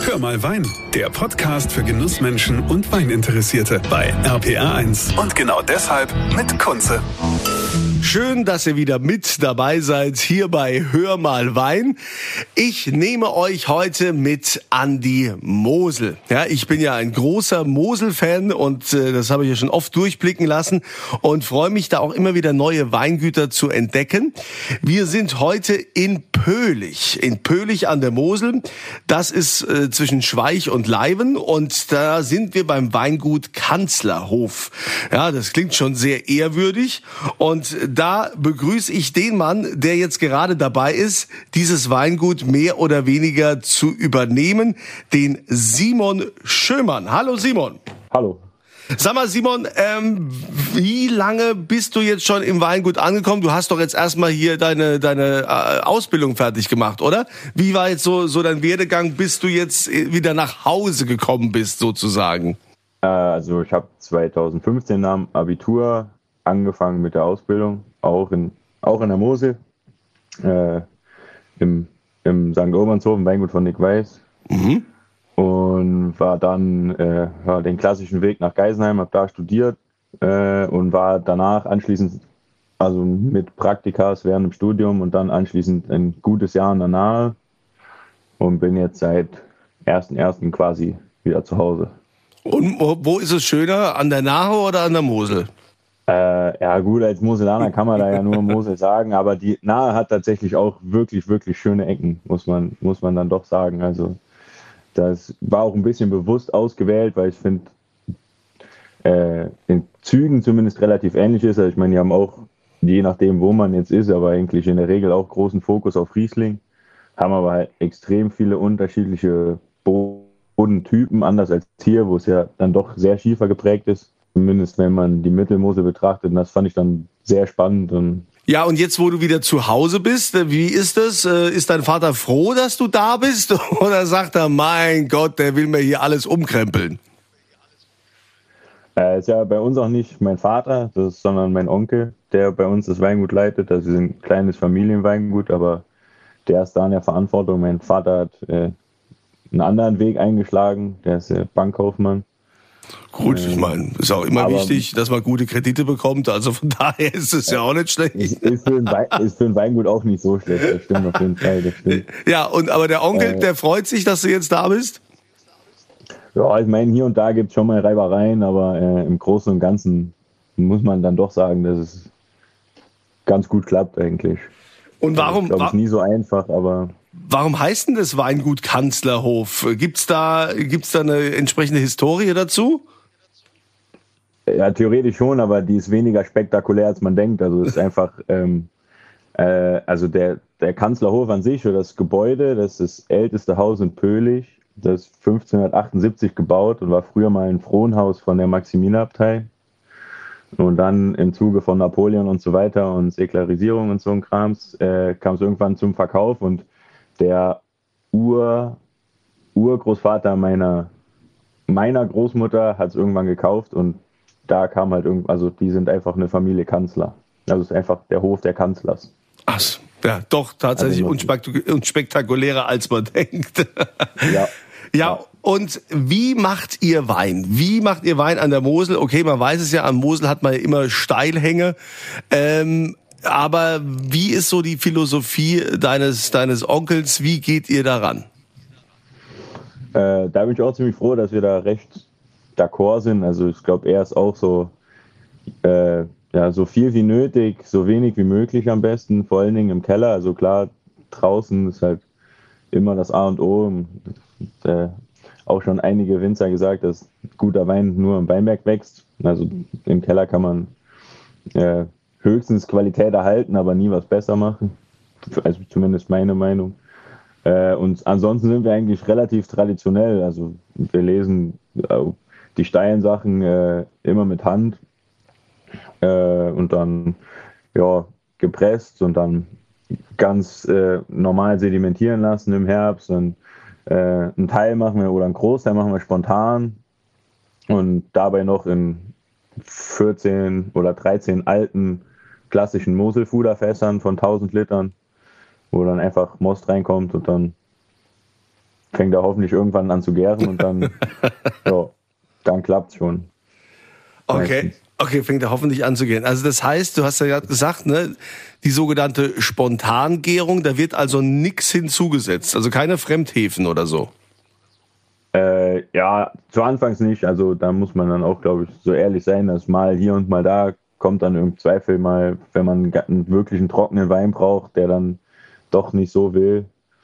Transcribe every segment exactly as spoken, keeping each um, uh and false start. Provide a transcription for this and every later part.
Hör mal Wein, der Podcast für Genussmenschen und Weininteressierte bei R P R eins. Und genau deshalb mit Kunze. Schön, dass ihr wieder mit dabei seid hier bei Hör mal Wein. Ich nehme euch heute mit an die Mosel. Ja, ich bin ja ein großer Mosel-Fan und äh, das habe ich ja schon oft durchblicken lassen und freue mich da auch immer wieder neue Weingüter zu entdecken. Wir sind heute in Pöhlich, in Pöhlich an der Mosel. Das ist äh, zwischen Schweich und Leiven und da sind wir beim Weingut Kanzlerhof. Ja, das klingt schon sehr ehrwürdig und da begrüße ich den Mann, der jetzt gerade dabei ist, dieses Weingut mehr oder weniger zu übernehmen, den Simon Schömann. Hallo Simon. Hallo. Sag mal Simon, ähm, wie lange bist du jetzt schon im Weingut angekommen? Du hast doch jetzt erstmal hier deine deine äh, Ausbildung fertig gemacht, oder? Wie war jetzt so so dein Werdegang, bis du jetzt wieder nach Hause gekommen bist, sozusagen? Äh, also ich habe zweitausendfünfzehn nach dem Abitur angefangen mit der Ausbildung, auch in auch in der Mosel, äh, im im Sankt Urbanshofen, Weingut von Nick Weiß. Mhm. Und war dann äh, ja, den klassischen Weg nach Geisenheim, habe da studiert äh, und war danach anschließend, also mit Praktikas während dem Studium und dann anschließend ein gutes Jahr in der Nahe und bin jetzt seit ersten ersten quasi wieder zu Hause. Und wo ist es schöner, an der Nahe oder an der Mosel? Äh, ja gut, als Moselaner kann man da ja nur Mosel sagen, aber die Nahe hat tatsächlich auch wirklich, wirklich schöne Ecken, muss man, muss man dann doch sagen. Also das war auch ein bisschen bewusst ausgewählt, weil ich finde, äh, in Zügen zumindest relativ ähnlich ist. Also ich meine, die haben auch, je nachdem wo man jetzt ist, aber eigentlich in der Regel auch großen Fokus auf Riesling, haben aber halt extrem viele unterschiedliche Bodentypen, anders als hier, wo es ja dann doch sehr schiefer geprägt ist. Zumindest wenn man die Mittelmosel betrachtet. Und das fand ich dann sehr spannend. Und ja, und jetzt, wo du wieder zu Hause bist, wie ist das? Ist dein Vater froh, dass du da bist? Oder sagt er, mein Gott, der will mir hier alles umkrempeln? Äh, ist ja bei uns auch nicht mein Vater, das ist, sondern mein Onkel, der bei uns das Weingut leitet. Also wir sind ein kleines Familienweingut, aber der ist da in der Verantwortung. Mein Vater hat äh, einen anderen Weg eingeschlagen, der ist äh, Bankkaufmann. Gut, ich meine, ist auch immer aber wichtig, dass man gute Kredite bekommt. Also von daher ist es ja auch nicht schlecht. Ist, ist, für ein Wein, ist für ein Weingut auch nicht so schlecht. Das stimmt auf jeden Fall. Das stimmt. Ja, und aber der Onkel, äh, der freut sich, dass du jetzt da bist? Ja, ich meine, hier und da gibt es schon mal Reibereien, aber äh, im Großen und Ganzen muss man dann doch sagen, dass es ganz gut klappt eigentlich. Und warum? Also, ich glaube, es ist nie so einfach, aber Warum heißt denn das Weingut Kanzlerhof? Gibt's da, gibt's da eine entsprechende Historie dazu? Ja, theoretisch schon, aber die ist weniger spektakulär, als man denkt. Also es ist einfach, ähm, äh, also der, der Kanzlerhof an sich oder das Gebäude, das ist das älteste Haus in Pöhlich. Das ist fünfzehnhundertachtundsiebzig gebaut und war früher mal ein Fronhaus von der Maximiliabtei. Und dann im Zuge von Napoleon und so weiter und Säkularisierung und so ein Krams äh, kam es irgendwann zum Verkauf und der Ur, Urgroßvater meiner, meiner Großmutter hat es irgendwann gekauft und da kam halt irgendwann, also die sind einfach eine Familie Kanzler. Also es ist einfach der Hof der Kanzlers. Ach, ja, doch tatsächlich also unspektakulärer als man denkt. Ja. Ja, und wie macht ihr Wein? Wie macht ihr Wein an der Mosel? Okay, man weiß es ja, an Mosel hat man ja immer Steilhänge. Ähm, aber wie ist so die Philosophie deines, deines Onkels? Wie geht ihr daran? Äh, da bin ich auch ziemlich froh, dass wir da recht d'accord sind. Also ich glaube, er ist auch so, äh, ja, so viel wie nötig, so wenig wie möglich am besten, vor allen Dingen im Keller. Also klar, draußen ist halt immer das A und O. Und, äh, auch schon einige Winzer gesagt, dass guter Wein nur im Weinberg wächst. Also im Keller kann man äh, höchstens Qualität erhalten, aber nie was besser machen. Also zumindest meine Meinung. Äh, und ansonsten sind wir eigentlich relativ traditionell. Also wir lesen äh, die steilen Sachen äh, immer mit Hand äh, und dann ja, gepresst und dann ganz äh, normal sedimentieren lassen im Herbst. Und äh, einen Teil machen wir oder einen Großteil machen wir spontan und dabei noch in vierzehn oder dreizehn alten klassischen Moselfuderfässern von tausend Litern, wo dann einfach Most reinkommt und dann fängt er hoffentlich irgendwann an zu gären und dann, ja, dann klappt's schon. Okay. Meistens. Okay, fängt er hoffentlich an zu gären. Also das heißt, du hast ja gerade gesagt, ne, die sogenannte Spontangärung, da wird also nichts hinzugesetzt, also keine Fremdhefen oder so. Äh, ja, zu Anfangs nicht. Also da muss man dann auch, glaube ich, so ehrlich sein, dass mal hier und mal da kommt dann im Zweifel mal, wenn man einen wirklichen trockenen Wein braucht, der dann doch nicht so will,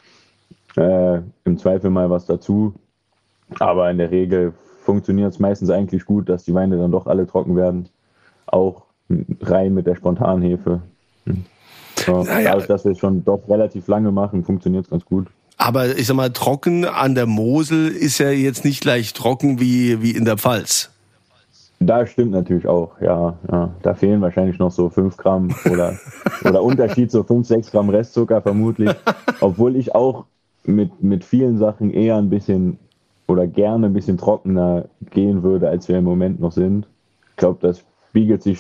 äh, im Zweifel mal was dazu. Aber in der Regel funktioniert es meistens eigentlich gut, dass die Weine dann doch alle trocken werden. Auch rein mit der Spontanhefe. Ja, naja. Dadurch, dass wir es schon doch relativ lange machen, funktioniert es ganz gut. Aber ich sag mal, trocken an der Mosel ist ja jetzt nicht gleich trocken wie, wie in der Pfalz. Das stimmt natürlich auch, ja, ja. Da fehlen wahrscheinlich noch so fünf Gramm oder, oder Unterschied, so fünf, sechs Gramm Restzucker vermutlich. Obwohl ich auch mit, mit vielen Sachen eher ein bisschen oder gerne ein bisschen trockener gehen würde, als wir im Moment noch sind. Ich glaube, das spiegelt sich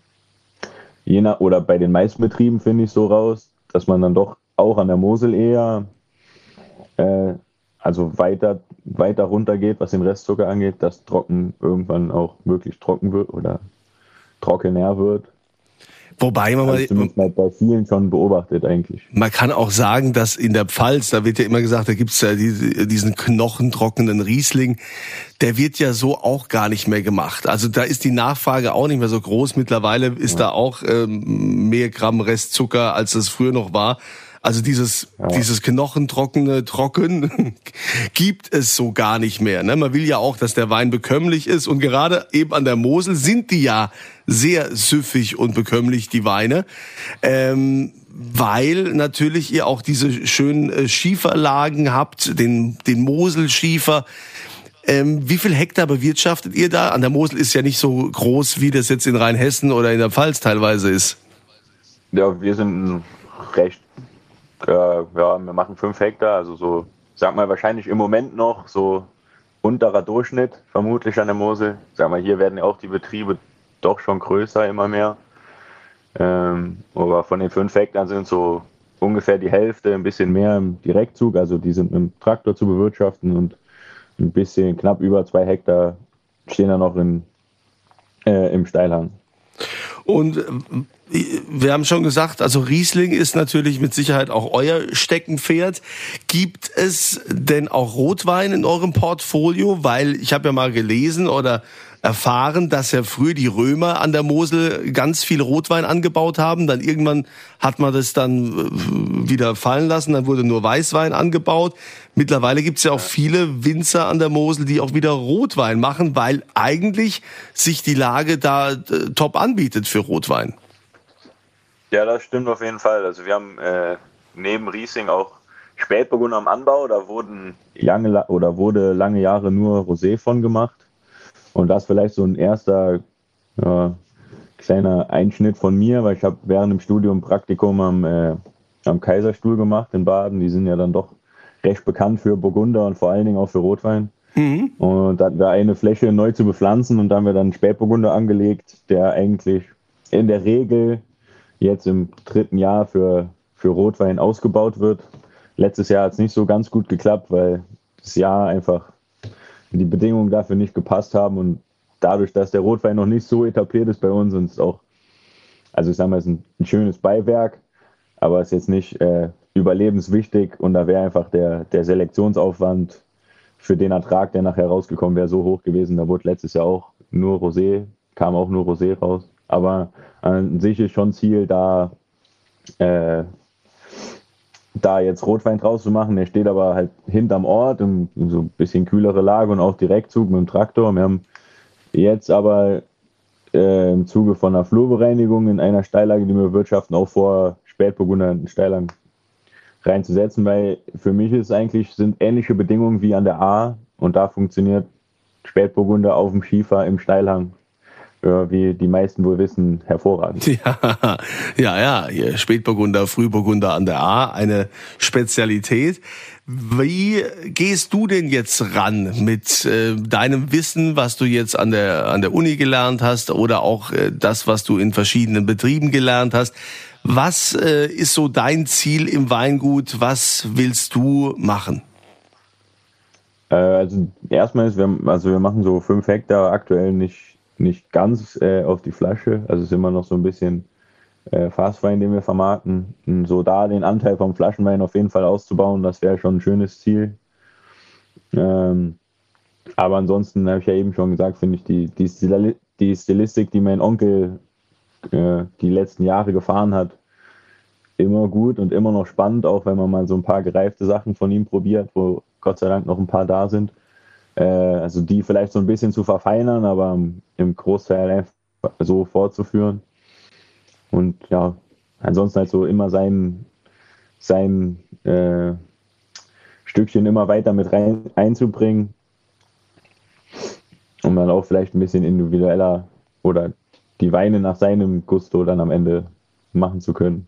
je nach, oder bei den meisten Betrieben finde ich so raus, dass man dann doch auch an der Mosel eher Äh, also weiter, weiter runter geht, was den Restzucker angeht, dass trocken irgendwann auch wirklich trocken wird oder trockener wird. Wobei man also zumindest mal bei vielen schon beobachtet eigentlich. Man kann auch sagen, dass in der Pfalz, da wird ja immer gesagt, da gibt's ja diesen knochentrockenen Riesling, der wird ja so auch gar nicht mehr gemacht. Also da ist die Nachfrage auch nicht mehr so groß. Mittlerweile ist ja. da auch ähm, mehr Gramm Restzucker, als es früher noch war. Also dieses, ja. dieses knochentrockene Trocken gibt es so gar nicht mehr. Ne? Man will ja auch, dass der Wein bekömmlich ist. Und gerade eben an der Mosel sind die ja sehr süffig und bekömmlich, die Weine. Ähm, weil natürlich ihr auch diese schönen Schieferlagen habt, den, den Moselschiefer. Ähm, wie viel Hektar bewirtschaftet ihr da? An der Mosel ist ja nicht so groß, wie das jetzt in Rheinhessen oder in der Pfalz teilweise ist. Ja, wir sind recht Äh, ja, wir machen fünf Hektar, also so, sag mal, wahrscheinlich im Moment noch so unterer Durchschnitt, vermutlich an der Mosel. Sag mal, hier werden ja auch die Betriebe doch schon größer, immer mehr. Ähm, aber von den fünf Hektar sind so ungefähr die Hälfte, ein bisschen mehr im Direktzug, also die sind mit dem Traktor zu bewirtschaften und ein bisschen knapp über zwei Hektar stehen da noch in, äh, im Steilhang. Und wir haben schon gesagt, also Riesling ist natürlich mit Sicherheit auch euer Steckenpferd. Gibt es denn auch Rotwein in eurem Portfolio? Weil ich habe ja mal gelesen oder erfahren, dass ja früher die Römer an der Mosel ganz viel Rotwein angebaut haben. Dann irgendwann hat man das dann wieder fallen lassen. Dann wurde nur Weißwein angebaut. Mittlerweile gibt es ja auch viele Winzer an der Mosel, die auch wieder Rotwein machen, weil eigentlich sich die Lage da äh, top anbietet für Rotwein. Ja, das stimmt auf jeden Fall. Also wir haben äh, neben Riesling auch Spätburgunder am Anbau. Da wurden lange oder wurde lange Jahre nur Rosé von gemacht. Und das vielleicht so ein erster ja, kleiner Einschnitt von mir, weil ich habe während dem Studium ein Praktikum am, äh, am Kaiserstuhl gemacht in Baden. Die sind ja dann doch recht bekannt für Burgunder und vor allen Dingen auch für Rotwein. Mhm. Und da hatten wir eine Fläche neu zu bepflanzen und da haben wir dann Spätburgunder angelegt, der eigentlich in der Regel jetzt im dritten Jahr für, für Rotwein ausgebaut wird. Letztes Jahr hat es nicht so ganz gut geklappt, weil das Jahr einfach die Bedingungen dafür nicht gepasst haben und dadurch, dass der Rotwein noch nicht so etabliert ist bei uns und es auch, also ich sage mal, es ist ein, ein schönes Beiwerk, aber es ist jetzt nicht äh, überlebenswichtig und da wäre einfach der, der Selektionsaufwand für den Ertrag, der nachher rausgekommen wäre, so hoch gewesen. Da wurde letztes Jahr auch nur Rosé, kam auch nur Rosé raus, aber an sich ist schon Ziel, da äh, da jetzt Rotwein draus zu machen. Der steht aber halt hinterm Ort, in, in so ein bisschen kühlere Lage und auch Direktzug mit dem Traktor. Wir haben jetzt aber äh, im Zuge von einer Flurbereinigung in einer Steillage, die wir bewirtschaften, auch vor, Spätburgunder in Steillagen reinzusetzen, weil für mich ist eigentlich, sind ähnliche Bedingungen wie an der A und da funktioniert Spätburgunder auf dem Schiefer im Steilhang. Ja, wie die meisten wohl wissen, hervorragend. Ja, ja, ja, hier Spätburgunder, Frühburgunder an der A, eine Spezialität. Wie gehst du denn jetzt ran mit äh, deinem Wissen, was du jetzt an der an der Uni gelernt hast oder auch äh, das, was du in verschiedenen Betrieben gelernt hast? Was äh, ist so dein Ziel im Weingut? Was willst du machen? Äh, also erstmal ist, wir, also wir machen so fünf Hektar aktuell nicht, nicht ganz äh, auf die Flasche. Also es ist immer noch so ein bisschen äh, Fasswein, den wir vermarkten. Und so da den Anteil vom Flaschenwein auf jeden Fall auszubauen, das wäre schon ein schönes Ziel. Ähm, aber ansonsten habe ich ja eben schon gesagt, finde ich die, die, Stil- die Stilistik, die mein Onkel äh, die letzten Jahre gefahren hat, immer gut und immer noch spannend, auch wenn man mal so ein paar gereifte Sachen von ihm probiert, wo Gott sei Dank noch ein paar da sind. Äh, also die vielleicht so ein bisschen zu verfeinern, aber im Großteil einfach so fortzuführen. Und ja, ansonsten halt so immer sein, sein äh, Stückchen immer weiter mit rein einzubringen, um dann auch vielleicht ein bisschen individueller oder die Weine nach seinem Gusto dann am Ende machen zu können.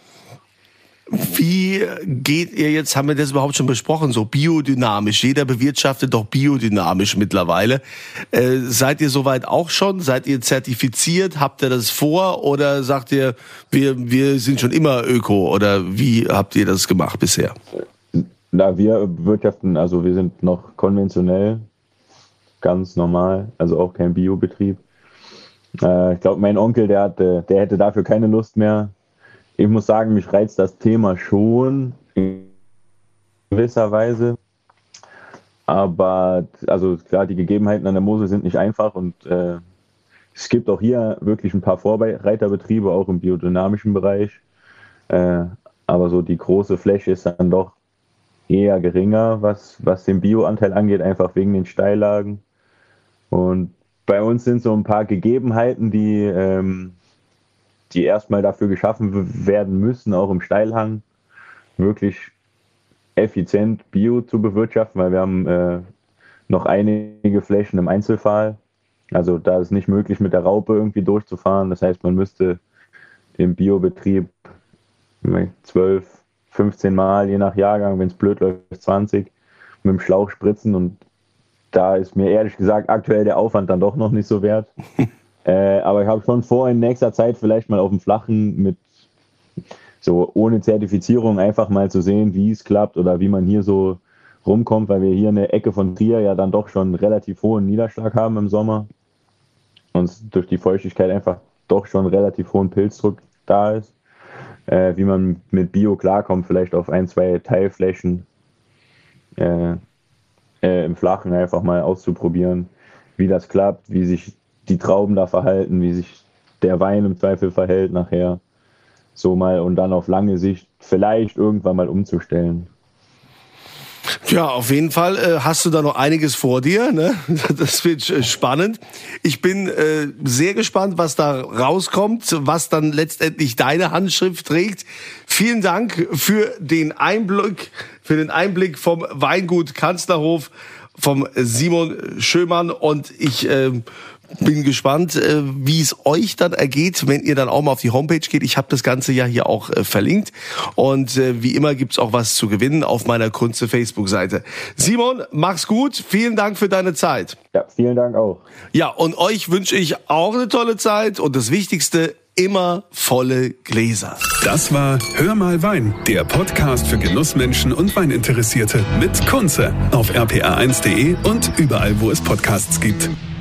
Wie geht ihr jetzt, haben wir das überhaupt schon besprochen, so biodynamisch? Jeder bewirtschaftet doch biodynamisch mittlerweile. Äh, seid ihr soweit auch schon? Seid ihr zertifiziert? Habt ihr das vor? Oder sagt ihr, wir, wir sind schon immer Öko? Oder wie habt ihr das gemacht bisher? Na, wir bewirtschaften, also wir sind noch konventionell, ganz normal, also auch kein Biobetrieb. Äh, ich glaube, mein Onkel, der hatte, der hätte dafür keine Lust mehr. Ich muss sagen, mich reizt das Thema schon in gewisser Weise. Aber also klar, die Gegebenheiten an der Mosel sind nicht einfach und äh, es gibt auch hier wirklich ein paar Vorreiterbetriebe, auch im biodynamischen Bereich. Äh, aber so die große Fläche ist dann doch eher geringer, was, was den Bioanteil angeht, einfach wegen den Steillagen. Und bei uns sind so ein paar Gegebenheiten, die ähm, die erstmal dafür geschaffen werden müssen, auch im Steilhang, wirklich effizient Bio zu bewirtschaften, weil wir haben äh, noch einige Flächen im Einzelfall. Also da ist nicht möglich, mit der Raupe irgendwie durchzufahren. Das heißt, man müsste im Biobetrieb zwölf, fünfzehn Mal, je nach Jahrgang, wenn es blöd läuft, zwanzig, mit dem Schlauch spritzen. Und da ist mir ehrlich gesagt aktuell der Aufwand dann doch noch nicht so wert. Äh, aber ich habe schon vor, in nächster Zeit vielleicht mal auf dem Flachen mit so ohne Zertifizierung einfach mal zu sehen, wie es klappt oder wie man hier so rumkommt, weil wir hier in der Ecke von Trier ja dann doch schon relativ hohen Niederschlag haben im Sommer und durch die Feuchtigkeit einfach doch schon relativ hohen Pilzdruck da ist. Äh, wie man mit Bio klarkommt, vielleicht auf ein, zwei Teilflächen äh, äh, im Flachen einfach mal auszuprobieren, wie das klappt, wie sich die Trauben da verhalten, wie sich der Wein im Zweifel verhält nachher. So mal und dann auf lange Sicht vielleicht irgendwann mal umzustellen. Ja, auf jeden Fall äh, hast du da noch einiges vor dir, ne? Das wird äh, spannend. Ich bin äh, sehr gespannt, was da rauskommt, was dann letztendlich deine Handschrift trägt. Vielen Dank für den Einblick, für den Einblick vom Weingut Kanzlerhof, vom Simon Schömann, und ich äh, bin gespannt, wie es euch dann ergeht, wenn ihr dann auch mal auf die Homepage geht. Ich habe das Ganze ja hier auch äh, verlinkt. Und äh, wie immer gibt's auch was zu gewinnen auf meiner Kunze Facebook-Seite. Simon, mach's gut. Vielen Dank für deine Zeit. Ja, vielen Dank auch. Ja, und euch wünsche ich auch eine tolle Zeit. Und das Wichtigste, immer volle Gläser. Das war Hör mal Wein, der Podcast für Genussmenschen und Weininteressierte mit Kunze auf r p r eins punkt d e und überall, wo es Podcasts gibt.